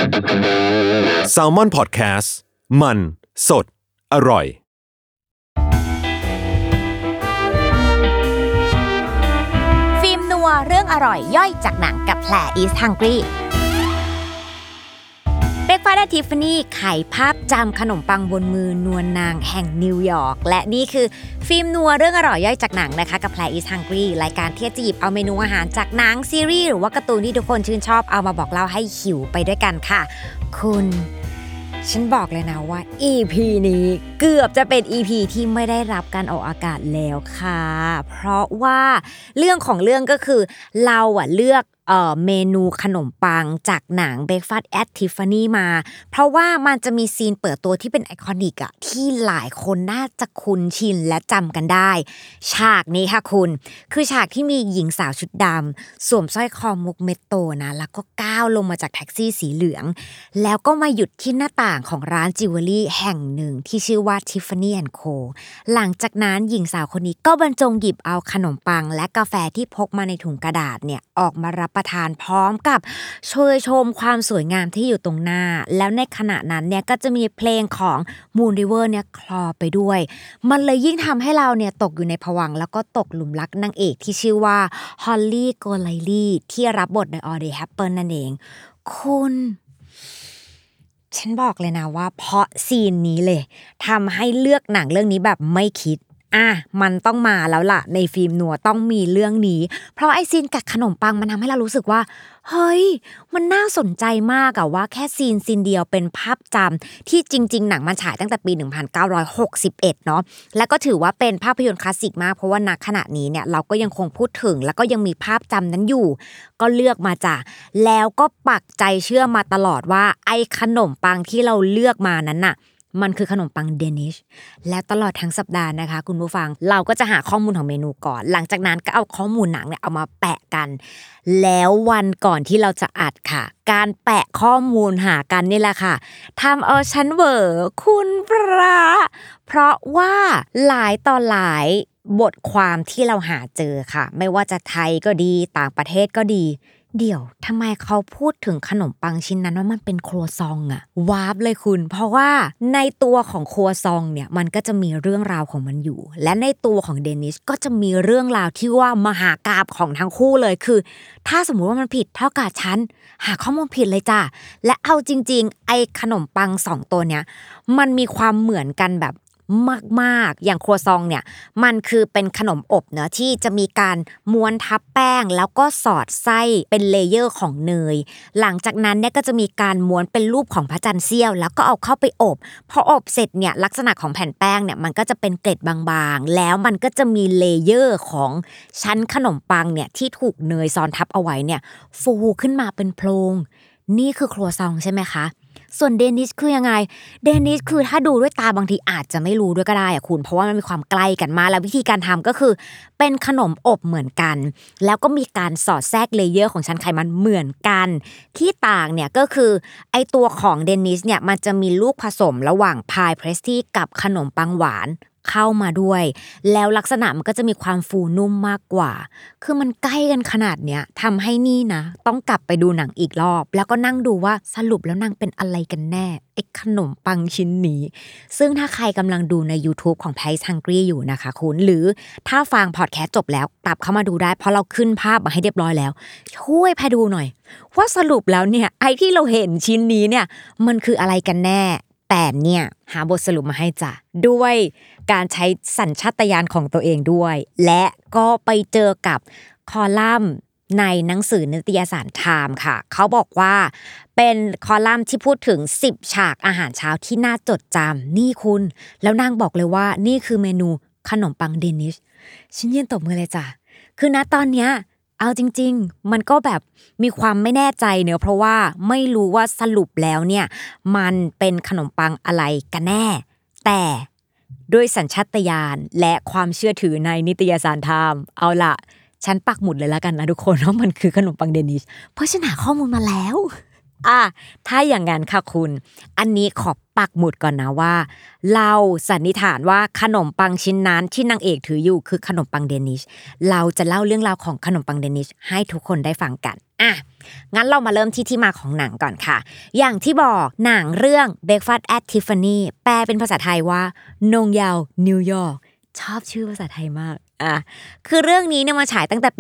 Salmon Podcast มันสดอร่อยฟิล์มนัวเรื่องอร่อยย่อยจากหนังกับแผล is hungry เบรคฟาสต์ ทิฟฟานี่ไขภาพจำขนมปังบนมือนวลนางแห่งนิวยอร์กและนี่คือฟิล์มนัวเรื่องอร่อยย่อยจากหนังนะคะกับแผล is hungry รายการที่จะหยิบเอาเมนูอาหารจากหนังซีรีส์หรือว่าการ์ตูนที่ทุกคนชื่นชอบเอามาบอกเล่าให้หิวไปด้วยกันค่ะคุณฉันบอกเลยนะว่า EP นี้เกือบจะเป็น EP ที่ไม่ได้รับการออกอากาศแล้วค่ะเพราะว่าเรื่องของเรื่องก็คือเราเลือกเมนูขนมปังจากหนัง Breakfast at Tiffany มาเพราะว่ามันจะมีซีนเปิดตัวที่เป็นไอคอนิกที่หลายคนน่าจะคุ้นชินและจำกันได้ฉากนี้ค่ะคุณคือฉากที่มีหญิงสาวชุดดำสวมสร้อยคอมุกเม็ดโตนะแล้วก็ก้าวลงมาจากแท็กซี่สีเหลืองแล้วก็มาหยุดที่หน้าต่างของร้านจิวเวลรี่แห่งหนึ่งที่ชื่อว่า Tiffany & Co หลังจากนั้นหญิงสาวคนนี้ก็บรรจงหยิบเอาขนมปังและกาแฟที่พกมาในถุงกระดาษเนี่ยออกมารับประทานพร้อมกับเชยชมความสวยงามที่อยู่ตรงหน้าแล้วในขณะนั้นเนี่ยก็จะมีเพลงของ Moon River เนี่ยคลอไปด้วยมันเลยยิ่งทำให้เราเนี่ยตกอยู่ในภวังค์แล้วก็ตกหลุมรักนางเอกที่ชื่อว่าฮอลลี่โกไลลี่ที่รับบทโดยออเดย์ แฮปเปิลนั่นเองคุณฉันบอกเลยนะว่าเพราะซีนนี้เลยทำให้เลือกหนังเรื่องนี้แบบไม่คิดมันต้องมาแล้วล่ะในฟิล์มนัวต้องมีเรื่องนี้เพราะไอซีนกัดขนมปังมันทำให้เรารู้สึกว่าเฮ้ยมันน่าสนใจมากว่าแค่ซีนเดียวเป็นภาพจำที่จริงๆหนังมันฉายตั้งแต่ปี1961เนาะแล้วก็ถือว่าเป็นภาพยนตร์คลาสสิกมากเพราะว่าณขณะนี้เนี่ยเราก็ยังคงพูดถึงแล้วก็ยังมีภาพจำนั้นอยู่ก็เลือกมาจ้ะแล้วก็ปักใจเชื่อมาตลอดว่าไอขนมปังที่เราเลือกมานั้นน่ะมันคือขนมปังเดนิชและตลอดทั้งสัปดาห์นะคะคุณผู้ฟังเราก็จะหาข้อมูลของเมนูก่อนหลังจากนั้นก็เอาข้อมูลหนังเนี่ยเอามาแปะกันแล้ววันก่อนที่เราจะอัดค่ะการแปะข้อมูลหากันนี่แหละค่ะทำเอาฉันเวอคุณพระเพราะว่าหลายต่อหลายบทความที่เราหาเจอค่ะไม่ว่าจะไทยก็ดีต่างประเทศก็ดีเดี๋ยวทำไมเขาพูดถึงขนมปังชิ้นนั้นว่ามันเป็นครัวซองวาร์ปเลยคุณเพราะว่าในตัวของครัวซองเนี่ยมันก็จะมีเรื่องราวของมันอยู่และในตัวของเดนิสก็จะมีเรื่องราวที่ว่ามหากาพย์ของทั้งคู่เลยคือถ้าสมมุติว่ามันผิดเท่ากับฉันหาข้อมูลผิดเลยจ้ะและเอาจริงๆไอ้ขนมปัง2ตัวเนี้ยมันมีความเหมือนกันแบบมากๆอย่างครัวซองเนี่ยมันคือเป็นขนมอบเนอะที่จะมีการม้วนทับแป้งแล้วก็สอดไส้เป็นเลเยอร์ของเนยหลังจากนั้นเนี่ยก็จะมีการม้วนเป็นรูปของพระจันทร์เสี้ยวแล้วก็เอาเข้าไปอบพออบเสร็จเนี่ยลักษณะของแผ่นแป้งเนี่ยมันก็จะเป็นเกล็ดบางๆแล้วมันก็จะมีเลเยอร์ของชั้นขนมปังเนี่ยที่ถูกเนยซ้อนทับเอาไว้เนี่ยฟูขึ้นมาเป็นโพรงนี่คือครัวซองใช่ไหมคะส่วนเดนิชคือยังไงเดนิชคือถ้าดูด้วยตาบางทีอาจจะไม่รู้ด้วยก็ได้คุณเพราะว่ามันมีความใกล้กันมาแล้ววิธีการทำก็คือเป็นขนมอบเหมือนกันแล้วก็มีการสอดแทรกเลเยอร์ของชั้นไขมันเหมือนกันที่ต่างเนี่ยก็คือไอตัวของเดนิชเนี่ยมันจะมีลูกผสมระหว่างพายเพรสตี้กับขนมปังหวานเข้ามาด้วยแล้วลักษณะมันก็จะมีความฟูนุ่มมากกว่าคือมันใกล้กันขนาดเนี้ยทำให้นี่นะต้องกลับไปดูหนังอีกรอบแล้วก็นั่งดูว่าสรุปแล้วนางเป็นอะไรกันแน่ไอ้ขนมปังชิ้นนี้ซึ่งถ้าใครกำลังดูใน YouTube ของ Place Hungry อยู่นะคะคุณหรือถ้าฟังพอดแคสต์จบแล้วกลับเข้ามาดูได้เพราะเราขึ้นภาพมาให้เรียบร้อยแล้วช่วยพาดูหน่อยว่าสรุปแล้วเนี่ยไอ้ที่เราเห็นชิ้นนี้เนี่ยมันคืออะไรกันแน่แต่เนี่ยหาบทสรุปมาให้จ้ะด้วยการใช้สัญชาตญาณของตัวเองด้วยและก็ไปเจอกับคอลัมน์ในหนังสือนิตยสารไทม์ค่ะเขาบอกว่าเป็นคอลัมน์ที่พูดถึง10ฉากอาหารเช้าที่น่าจดจำนี่คุณแล้วนางบอกเลยว่านี่คือเมนูขนมปังเดนิชฉันยืนตบมือเลยจ้ะคือณตอนเนี้ยเอาจริงๆมันก็แบบมีความไม่แน่ใจเนอะเพราะว่าไม่รู้ว่าสรุปแล้วเนี่ยมันเป็นขนมปังอะไรกันแน่แต่ด้วยสัญชาตญาณและความเชื่อถือในนิตยสารไทม์เอาล่ะฉันปักหมุดเลยแล้วกันนะทุกคนว่ามันคือขนมปังเดนิชเพราะฉันหาข้อมูลมาแล้วถ้าอย่างนั้นค่ะคุณอันนี้ขอปักหมุดก่อนนะว่าเราสันนิษฐานว่าขนมปังชิ้นนั้นที่นางเอกถืออยู่คือขนมปังเดนิชเราจะเล่าเรื่องราวของขนมปังเดนิชให้ทุกคนได้ฟังกันงั้นเรามาเริ่มที่มาของหนังก่อนค่ะอย่างที่บอกหนังเรื่อง Breakfast at Tiffany แปลเป็นภาษาไทยว่านงเยาว์นิวยอร์กชอบชื่อภาษาไทยมากคือเรื่องนี้เนี่ยมาฉายตั้งแต่ปี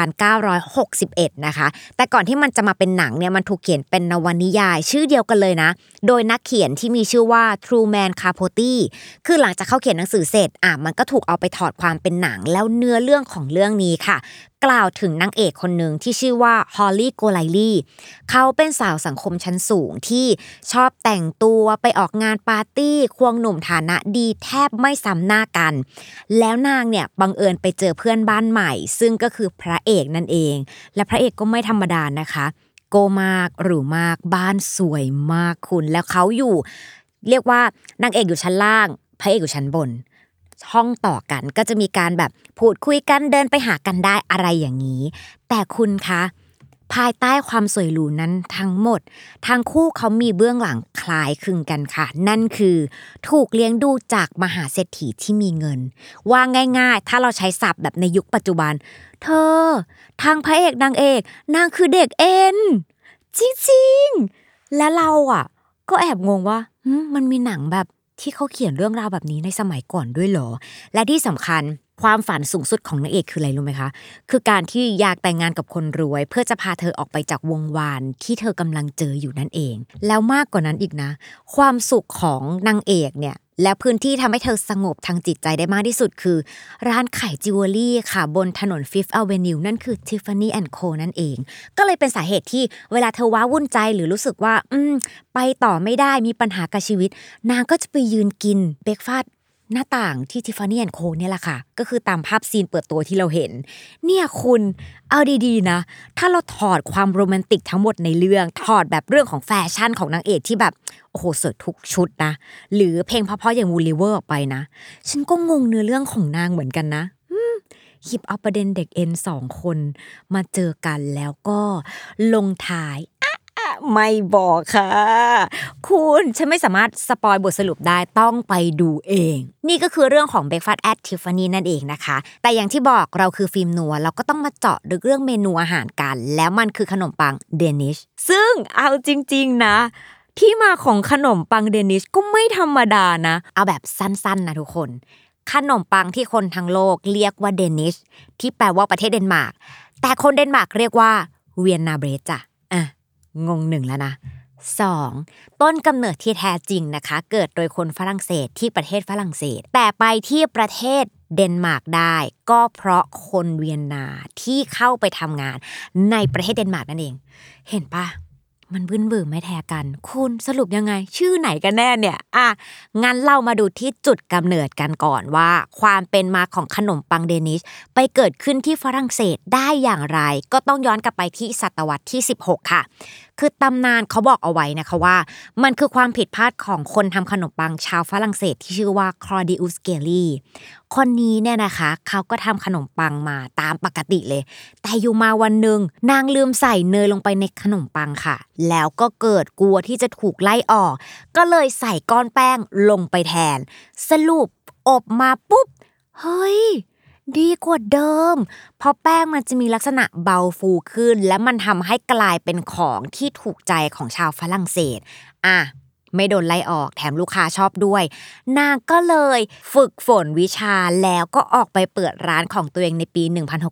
1961 นะคะแต่ก่อนที่มันจะมาเป็นหนังเนี่ยมันถูกเขียนเป็นนวนิยายชื่อเดียวกันเลยนะโดยนักเขียนที่มีชื่อว่า Truman Capote คือหลังจากเขาเขียนหนังสือเสร็จมันก็ถูกเอาไปถอดความเป็นหนังแล้วเนื้อเรื่องของเรื่องนี้ค่ะกล่าวถึงนางเอกคนหนึ่งที่ชื่อว่าฮอลลี่โกไลลี่เขาเป็นสาวสังคมชั้นสูงที่ชอบแต่งตัวไปออกงานปาร์ตี้ควงหนุ่มฐานะดีแทบไม่ซ้ำหน้ากันแล้วนางเนี่ยบังเอิญไปเจอเพื่อนบ้านใหม่ซึ่งก็คือพระเอกนั่นเองและพระเอกก็ไม่ธรรมดานะคะโกมากหรูมากบ้านสวยมากคุณแล้วเขาอยู่เรียกว่านางเอกอยู่ชั้นล่างพระเอกอยู่ชั้นบนห้องต่อกันก็จะมีการแบบพูดคุยกันเดินไปหากันได้อะไรอย่างนี้แต่คุณคะภายใต้ความสวยหรูนั้นทั้งหมดทั้งคู่เขามีเบื้องหลังคล้ายคลึงกันค่ะนั่นคือถูกเลี้ยงดูจากมหาเศรษฐีที่มีเงินว่าง่ายๆถ้าเราใช้ศัพท์แบบในยุคปัจจุบันเธอทางพระเอกนางเอกนางคือเด็กเอ็นจริงๆและเราก็แอบงงว่ามันมีหนังแบบที่เขาเขียนเรื่องราวแบบนี้ในสมัยก่อนด้วยเหรอและที่สำคัญความฝันสูงสุดของนางเอกคืออะไรรู้ไหมคะคือการที่อยากแต่งงานกับคนรวยเพื่อจะพาเธอออกไปจากวงวานที่เธอกำลังเจออยู่นั่นเองแล้วมากกว่านั้นอีกนะความสุขของนางเอกเนี่ยและพื้นที่ทำให้เธอสงบทางจิตใจได้มากที่สุดคือร้านขายจิวเวลรี่ค่ะบนถนน Fifth Avenue นั่นคือ Tiffany & Co นั่นเองก็เลยเป็นสาเหตุที่เวลาเธอว้าวุ่นใจหรือรู้สึกว่าไปต่อไม่ได้มีปัญหากับชีวิตนางก็จะไปยืนกินเบรคฟาสต์หน้าต่างที่ Tiffany & Co เนี่ยแหละค่ะก็คือตามภาพซีนเปิดตัวที่เราเห็นเนี่ยคุณเอาดีๆนะถ้าเราถอดความโรแมนติกทั้งหมดในเรื่องถอดแบบเรื่องของแฟชั่นของนางเอกที่แบบโอ้โหสวยทุกชุดนะหรือเพลงเพราะๆอย่าง Wooliver ออกไปนะฉันก็งงเนื้อเรื่องของนางเหมือนกันนะหยิบเอาประเด็นเด็กเอ็น2คนมาเจอกันแล้วก็ลงท้ายไม่บอกค่ะคุณฉันไม่สามารถสปอยบทสรุปได้ต้องไปดูเองนี่ก็คือเรื่องของ Breakfast at Tiffany นั่นเองนะคะแต่อย่างที่บอกเราคือฟิล์มนัวเราก็ต้องมาเจาะลึกเรื่องเมนูอาหารกันแล้วมันคือขนมปังเดนิชซึ่งเอาจริงๆนะที่มาของขนมปังเดนิชก็ไม่ธรรมดานะเอาแบบสั้นๆนะทุกคนขนมปังที่คนทั้งโลกเรียกว่าเดนิชที่แปลว่าประเทศเดนมาร์กแต่คนเดนมาร์กเรียกว่าเวียนนาเบรดจ้ะงง1แล้วนะ2ต้นกำเนิดที่แท้จริงนะคะเกิดโดยคนฝรั่งเศสที่ประเทศฝรั่งเศสแต่ไปที่ประเทศเดนมาร์กได้ก็เพราะคนเวียนนาที่เข้าไปทำงานในประเทศเดนมาร์กนั่นเองเห็นปะมันบึ้นเบิ่มไม่แท้กันคุณสรุปยังไงชื่อไหนกันแน่เนี่ยงั้นเรามาดูที่จุดกำเนิดกันก่อนว่าความเป็นมาของขนมปังเดนิชไปเกิดขึ้นที่ฝรั่งเศสได้อย่างไรก็ต้องย้อนกลับไปที่ศตวรรษที่16ค่ะคือตำนานเขาบอกเอาไว้นะคะว่ามันคือความผิดพลาดของคนทำขนมปังชาวฝรั่งเศสที่ชื่อว่าคลอดิอุสเกลลี่คนนี้เนี่ยนะคะเขาก็ทำขนมปังมาตามปกติเลยแต่อยู่มาวันนึงนางลืมใส่เนยลงไปในขนมปังค่ะแล้วก็เกิดกลัวที่จะถูกไล่ออกก็เลยใส่ก้อนแป้งลงไปแทนสรุปอบมาปุ๊บเฮ้ยดีกว่าเดิมเพราะแป้งมันจะมีลักษณะเบาฟูขึ้นและมันทำให้กลายเป็นของที่ถูกใจของชาวฝรั่งเศสไม่โดนไล่ออกแถมลูกค้าชอบด้วยนางก็เลยฝึกฝนวิชาแล้วก็ออกไปเปิดร้านของตัวเองในปี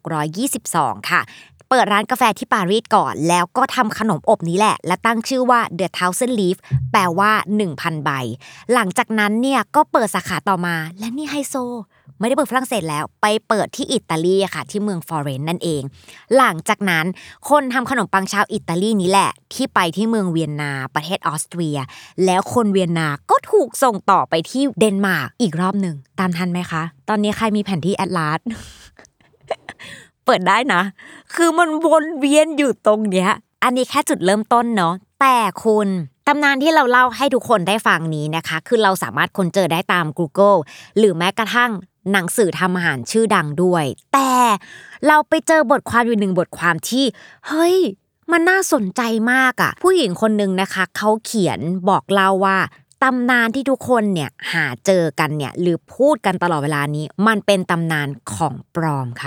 1622 ค่ะเปิดร้านกาแฟที่ปารีสก่อนแล้วก็ทำขนมอบนี้แหละและตั้งชื่อว่า The Thousand Leaf แปลว่า 1,000 ใบหลังจากนั้นเนี่ยก็เปิดสาขาต่อมาและนี่ไฮโซไม่ได้เปิดฝรั่งเศสแล้วไปเปิดที่อิตาลีค่ะที่เมืองฟลอเรนซ์นั่นเองหลังจากนั้นคนทำขนมปังชาวอิตาลีนี้แหละที่ไปที่เมืองเวียนนาประเทศออสเตรียแล้วคนเวียนนาก็ถูกส่งต่อไปที่เดนมาร์กอีกรอบนึงตามทันไหมคะตอนนี้ใครมีแผนที่แอตลาส เปิดได้นะคือมันวนเวียนอยู่ตรงเนี้ยอันนี้แค่จุดเริ่มต้นเนาะแต่คุณตำนานที่เราเล่าให้ทุกคนได้ฟังนี้นะคะคือเราสามารถค้นเจอได้ตาม Google หรือแม้กระทั่งหนังสือทำอาหารชื่อดังด้วยแต่เราไปเจอบทความอยู่1บทความที่เฮ้ยมันน่าสนใจมากผู้หญิงคนนึงนะคะเขาเขียนบอกเล่าว่าตำนานที่ทุกคนเนี่ยหาเจอกันเนี่ยหรือพูดกันตลอดเวลานี้มันเป็นตำนานของปลอมค่ะ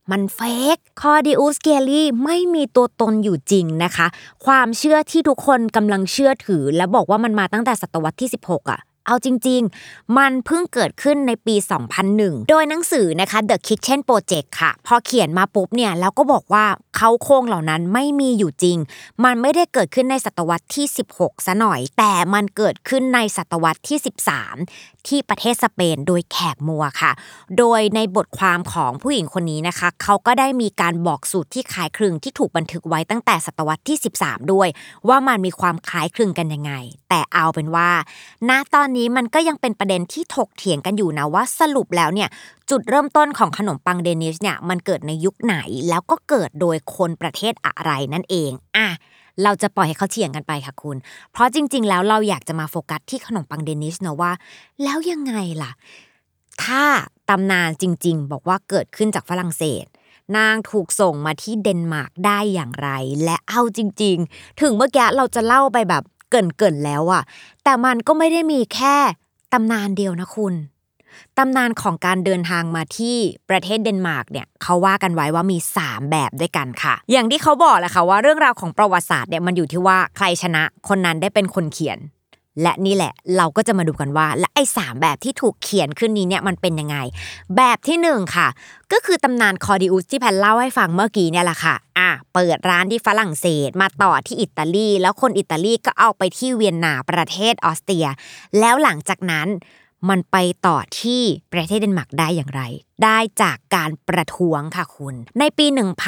มันเฟกคอร์ดิอุสเกียรี่ไม่มีตัวตนอยู่จริงนะคะความเชื่อที่ทุกคนกำลังเชื่อถือและบอกว่ามันมาตั้งแต่ศตวรรษที่16เอาจริงๆมันเพิ่งเกิดขึ้นในปี2001โดยหนังสือนะคะ The Kitchen Project ค่ะพอเขียนมาปุ๊บเนี่ยแล้วก็บอกว่าเขาโครงเหล่านั้นไม่มีอยู่จริงมันไม่ได้เกิดขึ้นในศตวรรษที่16ซะหน่อยแต่มันเกิดขึ้นในศตวรรษที่13ที่ประเทศสเปนโดยแขกมัวค่ะโดยในบทความของผู้หญิงคนนี้นะคะเขาก็ได้มีการบอกสูตรที่คล้ายคลึงที่ถูกบันทึกไว้ตั้งแต่ศตวรรษที่13ด้วยว่ามันมีความคล้ายคลึงกันยังไงแต่เอาเป็นว่าณตอนนี้มันก็ยังเป็นประเด็นที่ถกเถียงกันอยู่นะว่าสรุปแล้วเนี่ยจุดเริ่มต้นของขนมปังเดนิชเนี่ยมันเกิดในยุคไหนแล้วก็เกิดโดยคนประเทศอะไรนั่นเองเราจะปล่อยให้เขาเถียงกันไปค่ะคุณเพราะจริงๆแล้วเราอยากจะมาโฟกัสที่ขนมปังเดนิชนะว่าแล้วยังไงล่ะถ้าตำนานจริงๆบอกว่าเกิดขึ้นจากฝรั่งเศสนางถูกส่งมาที่เดนมาร์กได้อย่างไรและเอาจริงๆถึงเมื่อกี้เราจะเล่าไปแบบเกินแล้วแต่มันก็ไม่ได้มีแค่ตำนานเดียวนะคุณตำนานของการเดินทางมาที่ประเทศเดนมาร์กเนี่ยเขาว่ากันไว้ว่ามี3แบบด้วยกันค่ะอย่างที่เขาบอกแหละค่ะว่าเรื่องราวของประวัติศาสตร์เนี่ยมันอยู่ที่ว่าใครชนะคนนั้นได้เป็นคนเขียนและนี่แหละเราก็จะมาดูกันว่าและไอ้3แบบที่ถูกเขียนขึ้นนี้เนี่ยมันเป็นยังไงแบบที่1ค่ะก็คือตำนานคอร์ดิอุสที่แพนเล่าให้ฟังเมื่อกี้เนี่ยแหละค่ะเปิดร้านที่ฝรั่งเศสมาต่อที่อิตาลีแล้วคนอิตาลีก็เอาไปที่เวียนนาประเทศออสเตรียแล้วหลังจากนั้นมันไปต่อที่ประเทศเดนมาร์กได้อย่างไรได้จากการประท้วงค่ะคุณในปี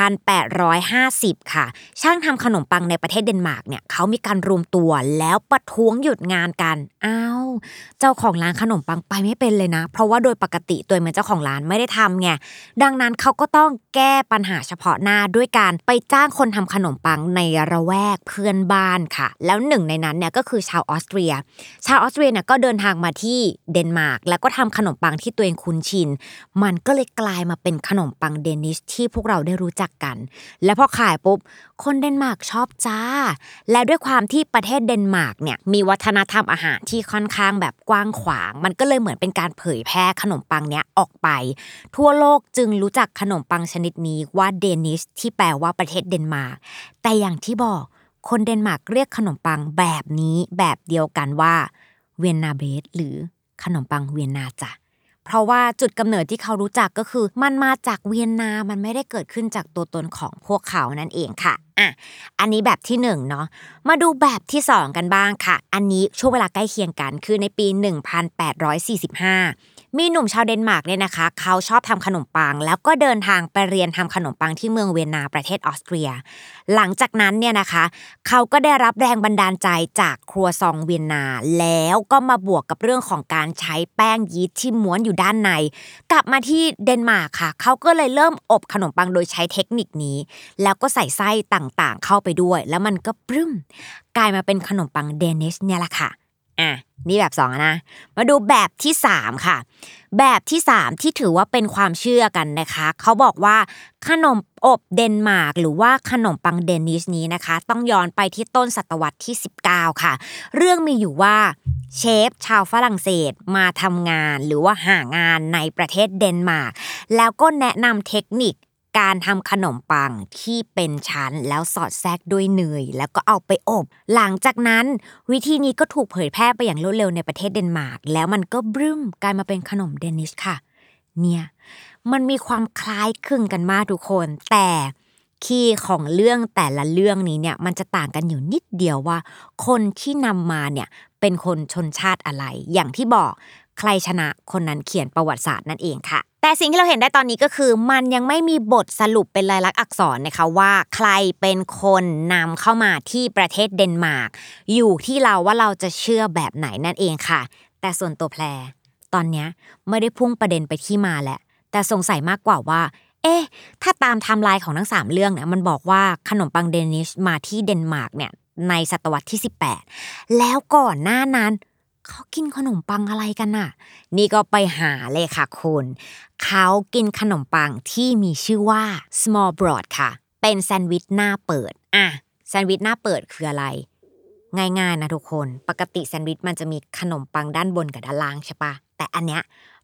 1850ค่ะช่างทำขนมปังในประเทศเดนมาร์กเนี่ยเขามีการรวมตัวแล้วประท้วงหยุดงานกันเจ้าของร้านขนมปังไปไม่เป็นเลยนะเพราะว่าโดยปกติตัวเป็นเจ้าของร้านไม่ได้ทำไงดังนั้นเขาก็ต้องแก้ปัญหาเฉพาะหน้าด้วยการไปจ้างคนทำขนมปังในระแวกเพื่อนบ้านค่ะแล้วหนึ่งในนั้นเนี่ยก็คือชาวออสเตรียเนี่ยก็เดินทางมาที่เดนมาร์กแล้วก็ทำขนมปังที่ตัวเองคุ้นชินมันก็เลยกลายมาเป็นขนมปังเดนิชที่พวกเราได้รู้จักกันและพอขายปุ๊บคนเดนมาร์กชอบจ้าและด้วยความที่ประเทศเดนมาร์กเนี่ยมีวัฒนธรรมอาหารที่ค่อนข้างแบบกว้างขวางมันก็เลยเหมือนเป็นการเผยแพร่ขนมปังเนี้ยออกไปทั่วโลกจึงรู้จักขนมปังชนิดนี้ว่าเดนิชที่แปลว่าประเทศเดนมาร์กแต่อย่างที่บอกคนเดนมาร์กเรียกขนมปังแบบนี้แบบเดียวกันว่าเวียนนาเบรดหรือขนมปังเวียนนาจ้ะเพราะว่าจุดกำเนิดที่เขารู้จักก็คือมันมาจากเวียนนามันไม่ได้เกิดขึ้นจากตัวตนของพวกเขานั่นเองค่ะอันนี้แบบที่1เนาะมาดูแบบที่2กันบ้างค่ะอันนี้ช่วงเวลาใกล้เคียงกันคือในปี1845มีหนุ่มชาวเดนมาร์กเนี่ยนะคะเขาชอบทำขนมปังแล้วก็เดินทางไปเรียนทำขนมปังที่เมืองเวียนนาประเทศออสเตรียหลังจากนั้นเนี่ยนะคะเขาก็ได้รับแรงบันดาลใจจากครัวซองเวียนนาแล้วก็มาบวกกับเรื่องของการใช้แป้งยีสต์ที่ม้วนอยู่ด้านในกลับมาที่เดนมาร์กค่ะเขาก็เลยเริ่มอบขนมปังโดยใช้เทคนิคนี้แล้วก็ใส่ไส้ต่างๆเข้าไปด้วยแล้วมันก็ปรึ้มกลายมาเป็นขนมปังเดนิชเนี่ยแหละค่ะนี่แบบ2นะมาดูแบบที่3ค่ะแบบที่3ที่ถือว่าเป็นความเชื่อกันนะคะเขาบอกว่าขนมอบเดนมาร์กหรือว่าขนมปังเดนิชนี้นะคะต้องย้อนไปที่ต้นศตวรรษที่19ค่ะเรื่องมีอยู่ว่าเชฟชาวฝรั่งเศสมาทำงานหรือว่าหางานในประเทศเดนมาร์กแล้วก็แนะนำเทคนิคการทำขนมปังที่เป็นชั้นแล้วสอดแทรกด้วยเนยแล้วก็เอาไปอบหลังจากนั้นวิธีนี้ก็ถูกเผยแพร่ไปอย่างรวดเร็วในประเทศเดนมาร์กแล้วมันก็บรึ้มกลายมาเป็นขนมเดนิชค่ะเนี่ยมันมีความคล้ายคลึงกันมากทุกคนแต่คีย์ของเรื่องแต่ละเรื่องนี้เนี่ยมันจะต่างกันอยู่นิดเดียวว่าคนที่นำมาเนี่ยเป็นคนชนชาติอะไรอย่างที่บอกใครชนะคนนั้นเขียนประวัติศาสตร์นั่นเองค่ะแต่สิ่งที่เราเห็นได้ตอนนี้ก็คือมันยังไม่มีบทสรุปเป็นลายลักษณ์อักษรนะคะว่าใครเป็นคนนำเข้ามาที่ประเทศเดนมาร์กอยู่ที่เราว่าเราจะเชื่อแบบไหนนั่นเองค่ะแต่ส่วนตัวแพรตอนนี้ไม่ได้พุ่งประเด็นไปที่มาแหละแต่สงสัยมากกว่าว่าถ้าตามไทม์ไลน์ของทั้ง3เรื่องเนี่ยมันบอกว่าขนมปังเดนิชมาที่เดนมาร์กเนี่ยในศตวรรษที่18แล้วก่อนหน้านั้นเขากินขนมปังอะไรกันน่ะนี่ก็ไปหาเลยค่ะคุณเขากินขนมปังที่มีชื่อว่า small broad ค่ะเป็นแซนด์วิชหน้าเปิดแซนด์วิชหน้าเปิดคืออะไรง่ายๆนะทุกคนปกติแซนด์วิชมันจะมีขนมปังด้านบนกับด้านล่างใช่ปะแต่อันเนี้ย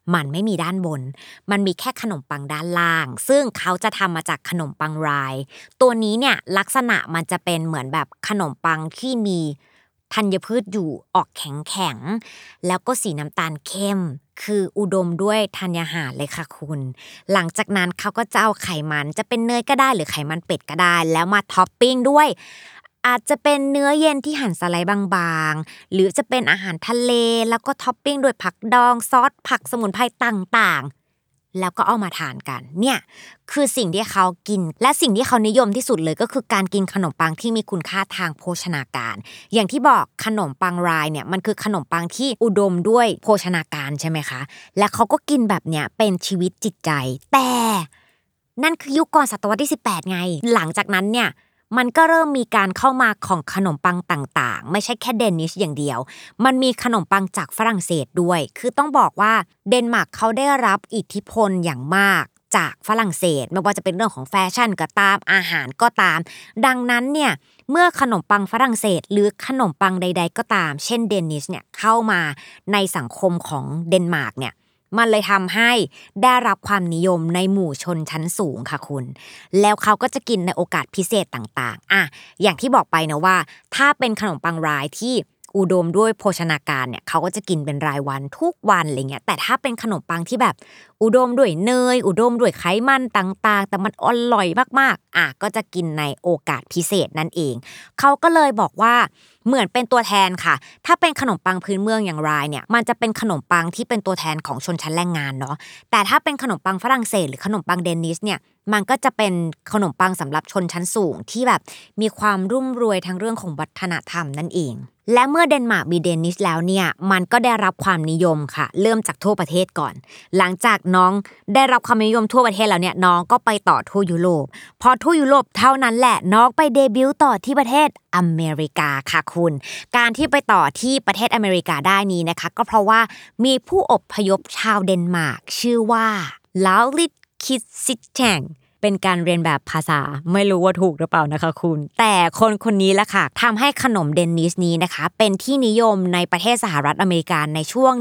มันไม่มีด้านบนมันมีแค่ขนมปังด้านล่างซึ่งเขาจะทำมาจากขนมปังรายตัวนี้เนี่ยลักษณะมันจะเป็นเหมือนแบบขนมปังที่มีธัญพืชอยู่ออกแข็งๆแล้วก็สีน้ำตาลเข้มคืออุดมด้วยธัญญาหารเลยค่ะคุณหลังจากนั้นเขาก็จะเอาไขมันจะเป็นเนยก็ได้หรือไขมันเป็ดก็ได้แล้วมาท็อปปิ้งด้วยอาจจะเป็นเนื้อเย็นที่หั่นสไลด์บางๆหรือจะเป็นอาหารทะเลแล้วก็ท็อปปิ้งด้วยผักดองซอสผักสมุนไพรต่างๆแล้วก็เอามาทานกันเนี่ยคือสิ่งที่เขากินและสิ่งที่เขานิยมที่สุดเลยก็คือการกินขนมปังที่มีคุณค่าทางโภชนาการอย่างที่บอกขนมปังรายเนี่ยมันคือขนมปังที่อุดมด้วยโภชนาการใช่ไหมคะและเขาก็กินแบบเนี้ยเป็นชีวิตจิตใจแต่นั่นคือยุคก่อนศตวรรษที่18ไงหลังจากนั้นเนี่ยมันก็เริ่มมีการเข้ามาของขนมปังต่างๆไม่ใช่แค่เดนิชอย่างเดียวมันมีขนมปังจากฝรั่งเศสด้วยคือต้องบอกว่าเดนมาร์กเขาได้รับอิทธิพลอย่างมากจากฝรั่งเศสไม่ว่าจะเป็นเรื่องของแฟชั่นก็ตามอาหารก็ตามดังนั้นเนี่ยเมื่อขนมปังฝรั่งเศสหรือขนมปังใดๆก็ตามเช่นเดนิชเนี่ยเข้ามาในสังคมของเดนมาร์กเนี่ยมันเลยทำให้ได้รับความนิยมในหมู่ชนชั้นสูงค่ะคุณแล้วเขาก็จะกินในโอกาสพิเศษต่างๆอย่างที่บอกไปนะว่าถ้าเป็นขนมปังรายที่อุดมด้วยโภชนาการเนี่ยเขาก็จะกินเป็นรายวันทุกวันอะไรเงี้ยแต่ถ้าเป็นขนมปังที่แบบอุดมด้วยเนยอุดมด้วยไขมันต่างๆแต่มันอร่อยมากๆก็จะกินในโอกาสพิเศษนั่นเองเขาก็เลยบอกว่าเหมือนเป็นตัวแทนค่ะถ้าเป็นขนมปังพื้นเมืองอย่างรายเนี่ยมันจะเป็นขนมปังที่เป็นตัวแทนของชนชั้นแรงงานเนาะแต่ถ้าเป็นขนมปังฝรั่งเศสหรือขนมปังเดนิชเนี่ยมันก็จะเป็นขนมปังสำหรับชนชั้นสูงที่แบบมีความรุ่มรวยทั้งเรื่องของวัฒนธรรมนั่นเองและเมื่อเดนมาร์กมีเดนิชแล้วเนี่ยมันก็ได้รับความนิยมค่ะเริ่มจากทั่วประเทศก่อนหลังจากน้องได้รับความนิยมทั่วประเทศแล้วเนี่ยน้องก็ไปต่อทั่วยุโรปพอทั่วยุโรปเท่านั้นแหละน้องไปเดบิวต์ต่อที่ประเทศอเมริกาค่ะคุณการที่ไปต่อที่ประเทศอเมริกาได้นี้นะคะก็เพราะว่ามีผู้อพยพชาวเดนมาร์กชื่อว่าลาลิตคิดซิแทงเป็นการเรียนแบบภาษาไม่รู้ว่าถูกหรือเปล่านะคะคุณแต่คนนี้แหละค่ะทำให้ขนมเดนิชนี้นะคะเป็นที่นิยมในประเทศสหรัฐอเมริกาในช่วง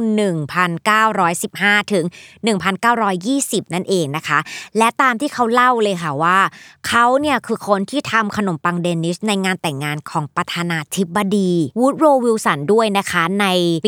1915 ถึง 1920 นั่นเองนะคะและตามที่เขาเล่าเลยค่ะว่าเขาเนี่ยคือคนที่ทำขนมปังเดนิชในงานแต่งงานของประธานาธิบดีวูดโรวิลสันด้วยนะคะในปี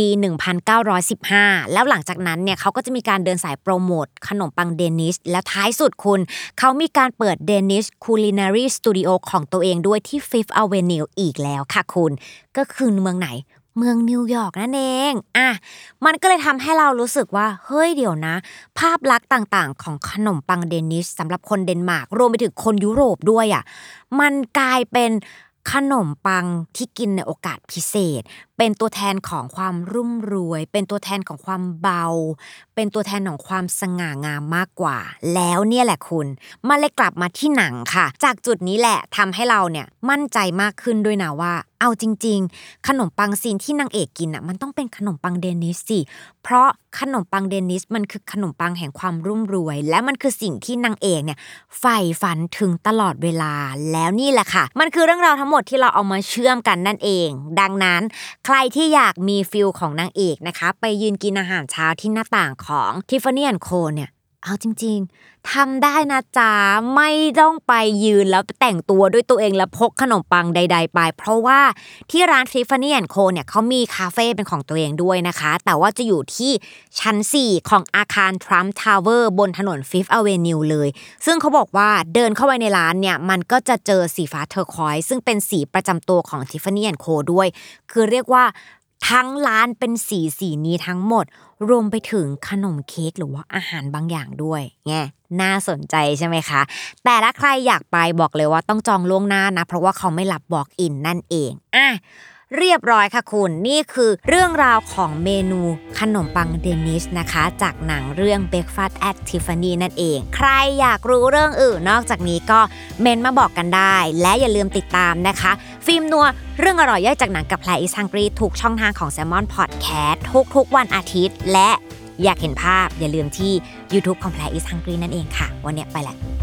1915 แล้วหลังจากนั้นเนี่ยเขาก็จะมีการเดินสายโปรโมทขนมปังเดนิชแล้วท้ายสุดคุณเขามีการเปิด Danish Culinary Studio ของตัวเองด้วยที่ Fifth Avenue อีกแล้วค่ะคุณก็คือเมืองไหนเมืองนิวยอร์กนั่นเองมันก็เลยทำให้เรารู้สึกว่าเฮ้ยเดี๋ยวนะภาพลักษณ์ต่างๆของขนมปังเดนิชสำหรับคนเดนมาร์กรวมไปถึงคนยุโรปด้วยมันกลายเป็นขนมปังที่กินในโอกาสพิเศษเป็นตัวแทนของความรุ่มรวยเป็นตัวแทนของความเบาเป็นตัวแทนของความสง่างามมากกว่าแล้วเนี่ยแหละคุณมันเลยกลับมาที่หนังค่ะจากจุดนี้แหละทำให้เราเนี่ยมั่นใจมากขึ้นด้วยนะว่าเอาจริงๆขนมปังซีนที่นางเอกกินมันต้องเป็นขนมปังเดนิชสิเพราะขนมปังเดนิชมันคือขนมปังแห่งความรุ่มรวยและมันคือสิ่งที่นางเอกเนี่ยใฝ่ฝันถึงตลอดเวลาแล้วนี่แหละค่ะมันคือเรื่องราวทั้งหมดที่เราเอามาเชื่อมกันนั่นเองดังนั้นใครที่อยากมีฟีลของนางเอกนะคะไปยืนกินอาหารเช้าที่หน้าต่างของ Tiffany & Co เนี่ยเอาจริงๆทำได้นะจ๊ะไม่ต้องไปยืนแล้วแต่งตัวด้วยตัวเองแล้วพกขนมปังใดๆไปเพราะว่าที่ร้าน Tiffany & Co เนี่ยเขามีคาเฟ่เป็นของตัวเองด้วยนะคะแต่ว่าจะอยู่ที่ชั้น4ของอาคาร Trump Tower บนถนน Fifth Avenue เลยซึ่งเขาบอกว่าเดินเข้าไปในร้านเนี่ยมันก็จะเจอสีฟ้าเทอร์ควอยซ์ซึ่งเป็นสีประจำตัวของ Tiffany & Co ด้วยคือเรียกว่าทั้งร้านเป็นสีนี้ทั้งหมดรวมไปถึงขนมเค้กหรือว่าอาหารบางอย่างด้วยไงน่าสนใจใช่ไหมคะแต่ถ้าใครอยากไปบอกเลยว่าต้องจองล่วงหน้านะเพราะว่าเขาไม่รับ walk in นั่นเองเรียบร้อยค่ะคุณนี่คือเรื่องราวของเมนูขนมปังเดนิชนะคะจากหนังเรื่อง Breakfast at Tiffany นั่นเองใครอยากรู้เรื่องอื่นนอกจากนี้ก็เมนมาบอกกันได้และอย่าลืมติดตามนะคะฟิล์มนัวเรื่องอร่อยย่อยจากหนังกับแพร is hungry ทุกช่องทางของ Salmon Podcast ทุกวันอาทิตย์และอยากเห็นภาพอย่าลืมที่ YouTube ของแพร is hungry นั่นเองค่ะวันนี้ไปแล้ว